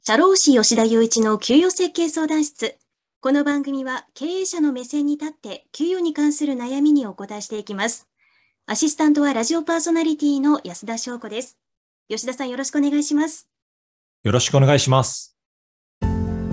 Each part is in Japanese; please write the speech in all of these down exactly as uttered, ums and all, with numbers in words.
社労士吉田雄一の給与設計相談室。この番組は経営者の目線に立って給与に関する悩みにお答えしていきます。アシスタントはラジオパーソナリティの安田翔子です。吉田さん、よろしくお願いします。 よろしくお願いします。 今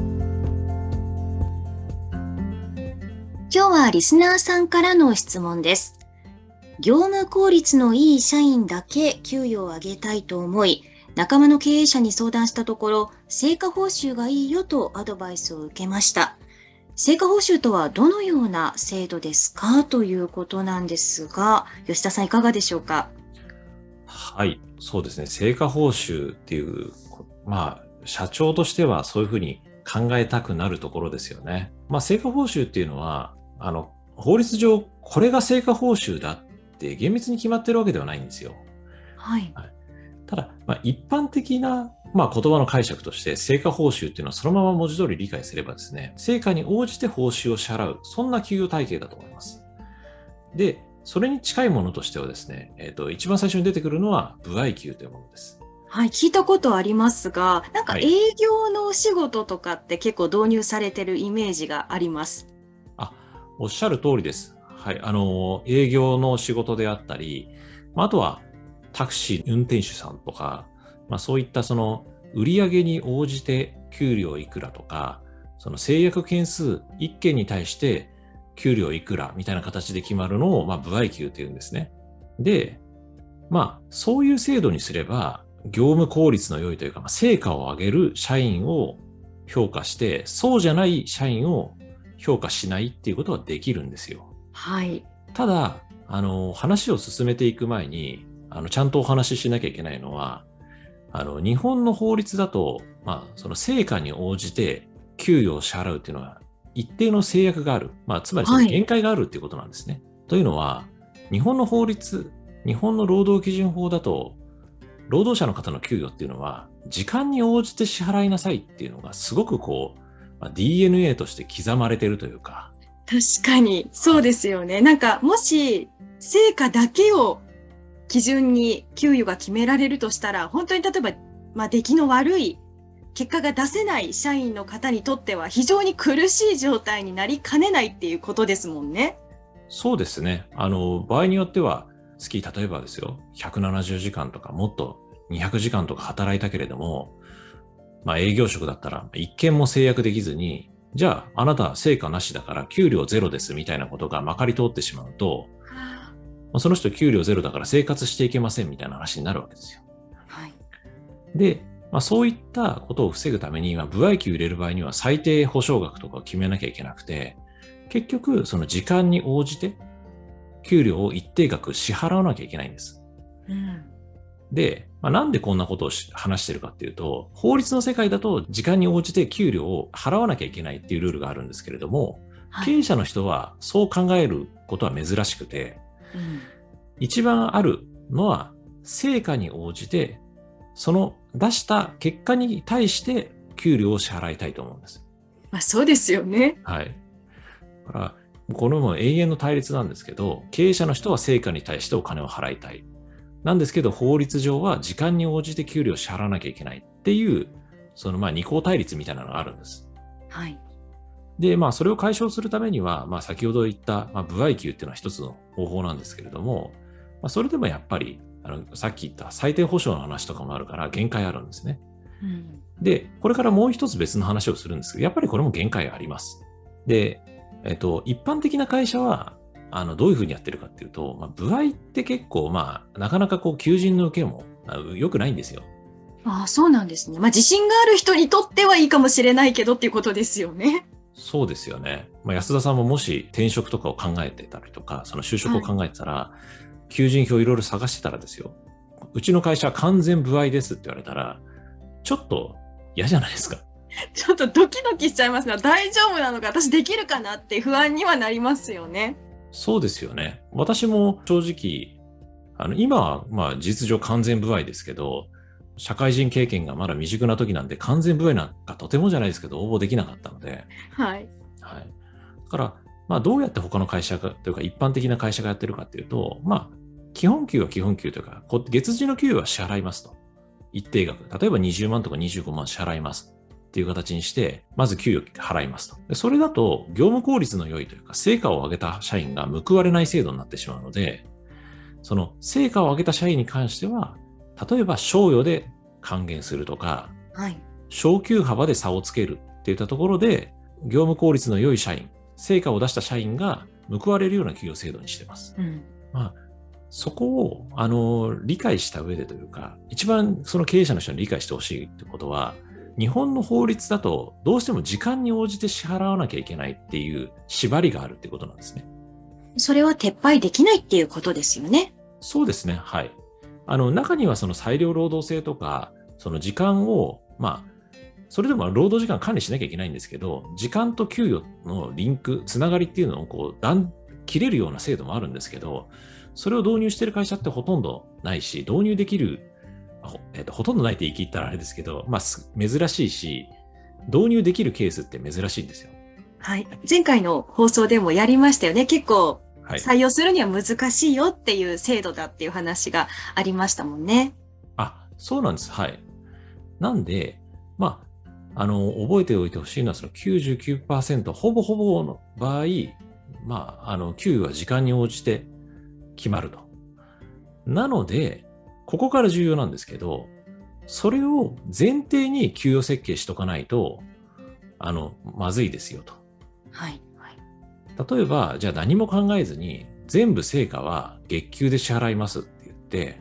日はリスナーさんからの質問です。業務効率のいい社員だけ給与を上げたいと思い、仲間の経営者に相談したところ、成果報酬がいいよとアドバイスを受けました。成果報酬とはどのような制度ですかということなんですが、吉田さんいかがでしょうか？ はい、そうですね。成果報酬っていう、まあ、社長としてはそういうふうに考えたくなるところですよね。まあ、成果報酬っていうのは、あの、法律上、これが成果報酬だって厳密に決まってるわけではないんですよ。 はい。 はい、ただ、まあ、一般的な、まあ、言葉の解釈として、成果報酬っていうのはそのまま文字通り理解すればですね、成果に応じて報酬を支払う、そんな給与体系だと思います。で、それに近いものとしてはですね、えっと、一番最初に出てくるのは、歩合給というものです。 はい、聞いたことありますが、なんか営はい。 業のお仕事とかって結構導入されてるイメージがあります。 あ、おっしゃる通りです。はい。あの、営業の仕事であったり、まあ、あとはタクシー運転手さんとか、まあ、そういったその売上に応じて給料いくらとか、その制約件数いっけんに対して給料いくらみたいな形で決まるのを、まあ、歩合給っていうんですね。で、まあ、そういう制度にすれば、業務効率の良いというか、まあ、成果を上げる社員を評価して、そうじゃない社員を評価しないっていうことはできるんですよ。 はい。 ただ、あの、話を進めていく前に、あの、ちゃんとお話ししなきゃいけないのは、あの、日本の法律だと、まあ、その成果に応じて給与を支払うっていうのは、一定の制約がある。まあ、つまりそのはい。 限界があるっていうことなんですね。というのは、日本の法律、日本の労働基準法だと、労働者の方の給与っていうのは、時間に応じて支払いなさいっていうのが、すごくこう、まあ、ディーエヌエー として刻まれているというか、 確かに、そうはい。 ですよね。なんか、もし、成果だけを基準に給与が決められるとしたら、本当に例えば、まあ、出来の悪い結果が出せない社員の方にとっては非常に苦しい状態になりかねないっていうことですもんね。 そうですね。あの、場合によっては、月、例えばですよ、ひゃくななじゅうじかんとか、もっとにひゃくじかんとか働いたけれども、まあ営業職だったら、一件も制約できずに、じゃあ、あなた成果なしだから給料ゼロですみたいなことがまかり通ってしまうと、まあ、その人給料ゼロだから生活していけませんみたいな話になるわけですよ。 はい。 で、まあ、そういったことを防ぐために、まあ、歩合給入れる場合には最低保証額とかを決めなきゃいけなくて、結局、その時間に応じて給料を一定額支払わなきゃいけないんです。 うん。 で、まあ、なんでこんなことを話してるかっていうと、法律の世界だと時間に応じて給料を払わなきゃいけないっていうルールがあるんですけれども、 はい。 経営者の人はそう考えることは珍しくて、 うん。 一番あるのは成果に応じて、その出した結果に対して給料を支払いたいと思うんです。 まあ、そうですよね。 はい。だから、これも永遠の対立なんですけど、経営者の人は成果に対してお金を払いたい。なんですけど、法律上は時間に応じて給料を支払わなきゃいけないっていう、そのまあ二項対立みたいなのがあるんです。 はい。 で、まあそれを解消するためには、まあ先ほど言った、まあ、歩合給っていうのは一つの方法なんですけれども、まあ、それでもやっぱり、あの、さっき言った最低保障の話とかもあるから限界あるんですね。 うん。 で、これからもう一つ別の話をするんですけど、やっぱりこれも限界があります。で、えっと、一般的な会社は、あの、どういうふうにやってるかっていうと、まあ、歩合って結構、まあ、なかなかこう、求人の受けも良くないんですよ。 ああ、そうなんですね。まあ、自信がある人にとってはいいかもしれないけどっていうことですよね。 そうですよね。まあ、安田さんももし転職とかを考えてたりとか、その就職をはい。 考えてたら、求人票いろいろ探してたらですよ。うちの会社は完全歩合ですって言われたら、ちょっと嫌じゃないですか。 ちょっとドキドキしちゃいますが、大丈夫なのか、私できるかなって不安にはなりますよね。 そうですよね。私も正直、あの、今は、まあ、事実上完全歩合ですけど、社会人経験がまだ未熟な時なんで、完全歩合なんかとてもじゃないですけど、応募できなかったので、 はい。 はい。だから、まあ、どうやって他の会社が、というか、一般的な会社がやってるかっていうと、まあ、基本給は基本給というか、月次の給与は支払いますと。一定額。例えばにじゅうまんとかにじゅうごまん支払います。 っていう形にして、まず給与払いますと。でそれだと、業務効率の良いというか、成果を上げた社員が報われない制度になってしまうので、その成果を上げた社員に関しては、例えば賞与で還元するとか、 はい。 昇給幅で差をつけるっていったところで、業務効率の良い社員、成果を出した社員が報われるような給与制度にしています。 うん、 まあ、そこを、あの、理解した上でというか、一番その経営者の人に理解してほしいってことは、日本の法律だとどうしても時間に応じて支払わなきゃいけないっていう縛りがあるってことなんですね。 それは撤廃できないっていうことですよね。 そうですね。はい。あの、中にはその裁量労働制とか、その時間を、まあ、それでも労働時間管理しなきゃいけないんですけど、時間と給与のリンク、つながりっていうのをこう、断切れるような制度もあるんですけど、それを導入している会社ってほとんどないし、導入できる、ほ,、えっと、ほとんどないって言い切ったらあれですけど、まあ、珍しいし、導入できるケースって珍しいんですよ。 はい。前回の放送でもやりましたよね。結構、 はい、 採用するには難しいよっていう制度だっていう話がありましたもんね。 あ、そうなんです。はい。なんで、まあ、あの、覚えておいてほしいのは、その きゅうじゅうきゅうパーセント、ほぼほぼの場合、まあ、あの、給与は時間に応じて決まると。なので、ここから重要なんですけど、それを前提に給与設計しとかないと、あの、まずいですよと。 はい。はい。 例えば、じゃあ何も考えずに、全部成果は月給で支払いますって言って、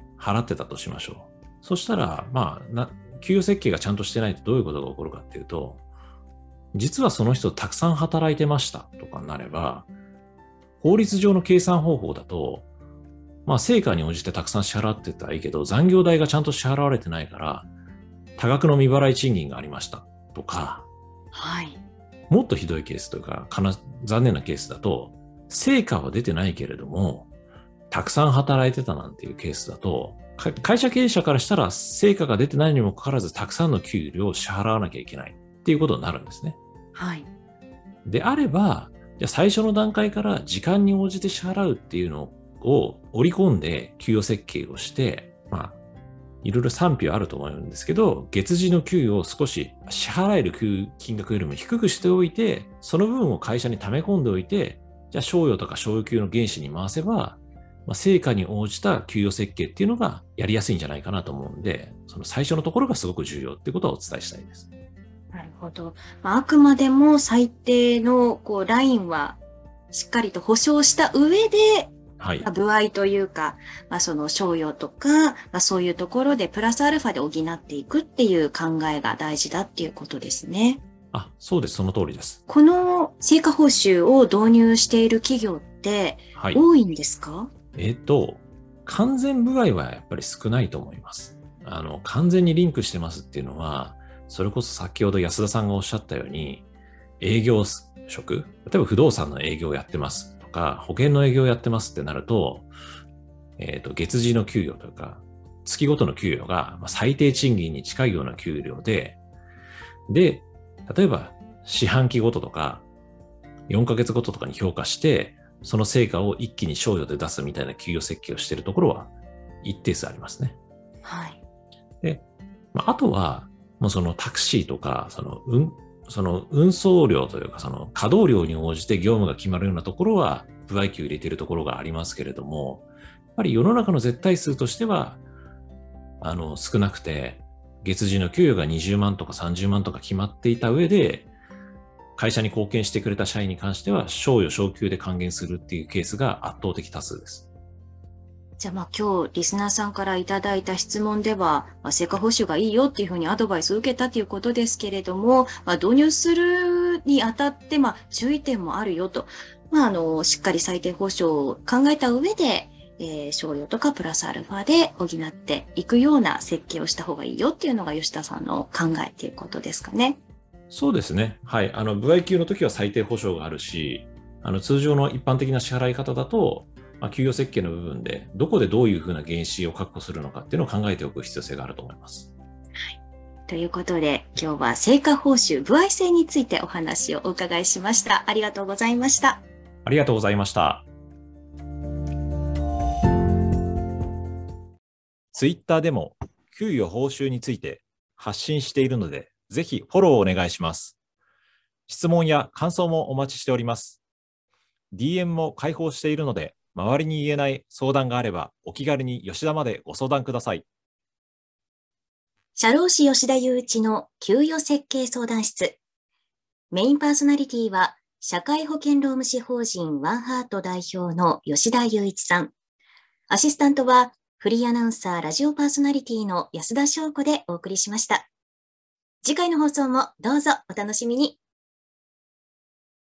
払ってたとしましょう。そしたら、まあ、な給与設計がちゃんとしてないとどういうことが起こるかっていうと、実はその人たくさん働いてましたとかになれば、法律上の計算方法だと、まあ成果に応じてたくさん支払ってたらいいけど、残業代がちゃんと支払われてないから、多額の未払い賃金がありましたとか、 はい。 もっとひどいケースというか、かな残念なケースだと、成果は出てないけれども、たくさん働いてたなんていうケースだと、会社経営者からしたら成果が出てないにもかかわらずたくさんの給料を支払わなきゃいけないっていうことになるんですね。 はい。 であれば、じゃあ最初の段階から時間に応じて支払うっていうのを織り込んで給与設計をして、まあ、いろいろ賛否はあると思うんですけど、月次の給与を少し支払える金額よりも低くしておいて、その分を会社に溜め込んでおいて、じゃあ賞与とか賞与給の原資に回せば、まあ、成果に応じた給与設計っていうのがやりやすいんじゃないかなと思うんで、その最初のところがすごく重要っていうことはお伝えしたいです。 なるほど。まあ、あくまでも最低のこうラインはしっかりと保証した上で、 はい。 まあ、歩合というか、まあ、その賞与とか、まあ、そういうところでプラスアルファで補っていくっていう考えが大事だっていうことですね。 あ、そうです。その通りです。 この成果報酬を導入している企業ってはい。 多いんですか？ えっと、完全歩合はやっぱり少ないと思います。あの、完全にリンクしてますっていうのは、それこそ先ほど安田さんがおっしゃったように、営業職、例えば不動産の営業をやってますとか、保険の営業をやってますってなると、えっと、月次の給与というか、月ごとの給与が最低賃金に近いような給料で、で、例えば四半期ごととか、よんかげつごととかに評価して、その成果を一気に賞与で出すみたいな給与設計をしているところは一定数ありますね。 はい。 で、まあ、あとは、もうそのタクシーとか、その運、その運送料というか、その稼働量に応じて業務が決まるようなところは、歩合給入れているところがありますけれども、やっぱり世の中の絶対数としては、あの、少なくて、月次の給与がにじゅうまんとかさんじゅうまんとか決まっていた上で、会社に貢献してくれた社員に関しては、賞与昇給で還元するっていうケースが圧倒的多数です。 じゃあまあ今日リスナーさんからいただいた質問では、まあ、成果報酬がいいよっていうふうにアドバイスを受けたということですけれども、まあ、導入するにあたって、まあ、注意点もあるよと、まあ、あの、しっかり最低報酬を考えた上で、えー、賞与とかプラスアルファで補っていくような設計をした方がいいよっていうのが吉田さんの考えっていうことですかね。 そうですね。はい。あの、歩合給の時は最低保障があるし、あの、通常の一般的な支払い方だと、まあ、給与設計の部分で、どこでどういうふうな原資を確保するのかっていうのを考えておく必要性があると思います。 はい。ということで、今日は成果報酬、歩合制についてお話をお伺いしました。ありがとうございました。 ありがとうございました。ツイッターでも給与報酬について発信しているので、 ぜひフォローお願いします。質問や感想もお待ちしております。ディーエム も開放しているので、周りに言えない相談があれば、お気軽に吉田までご相談ください。 社労士吉田雄一の給与設計相談室。メインパーソナリティは、社会保険労務士法人ワンハート代表の吉田雄一さん。アシスタントは、フリーアナウンサーラジオパーソナリティの安田翔子でお送りしました。次回の放送もどうぞお楽しみに。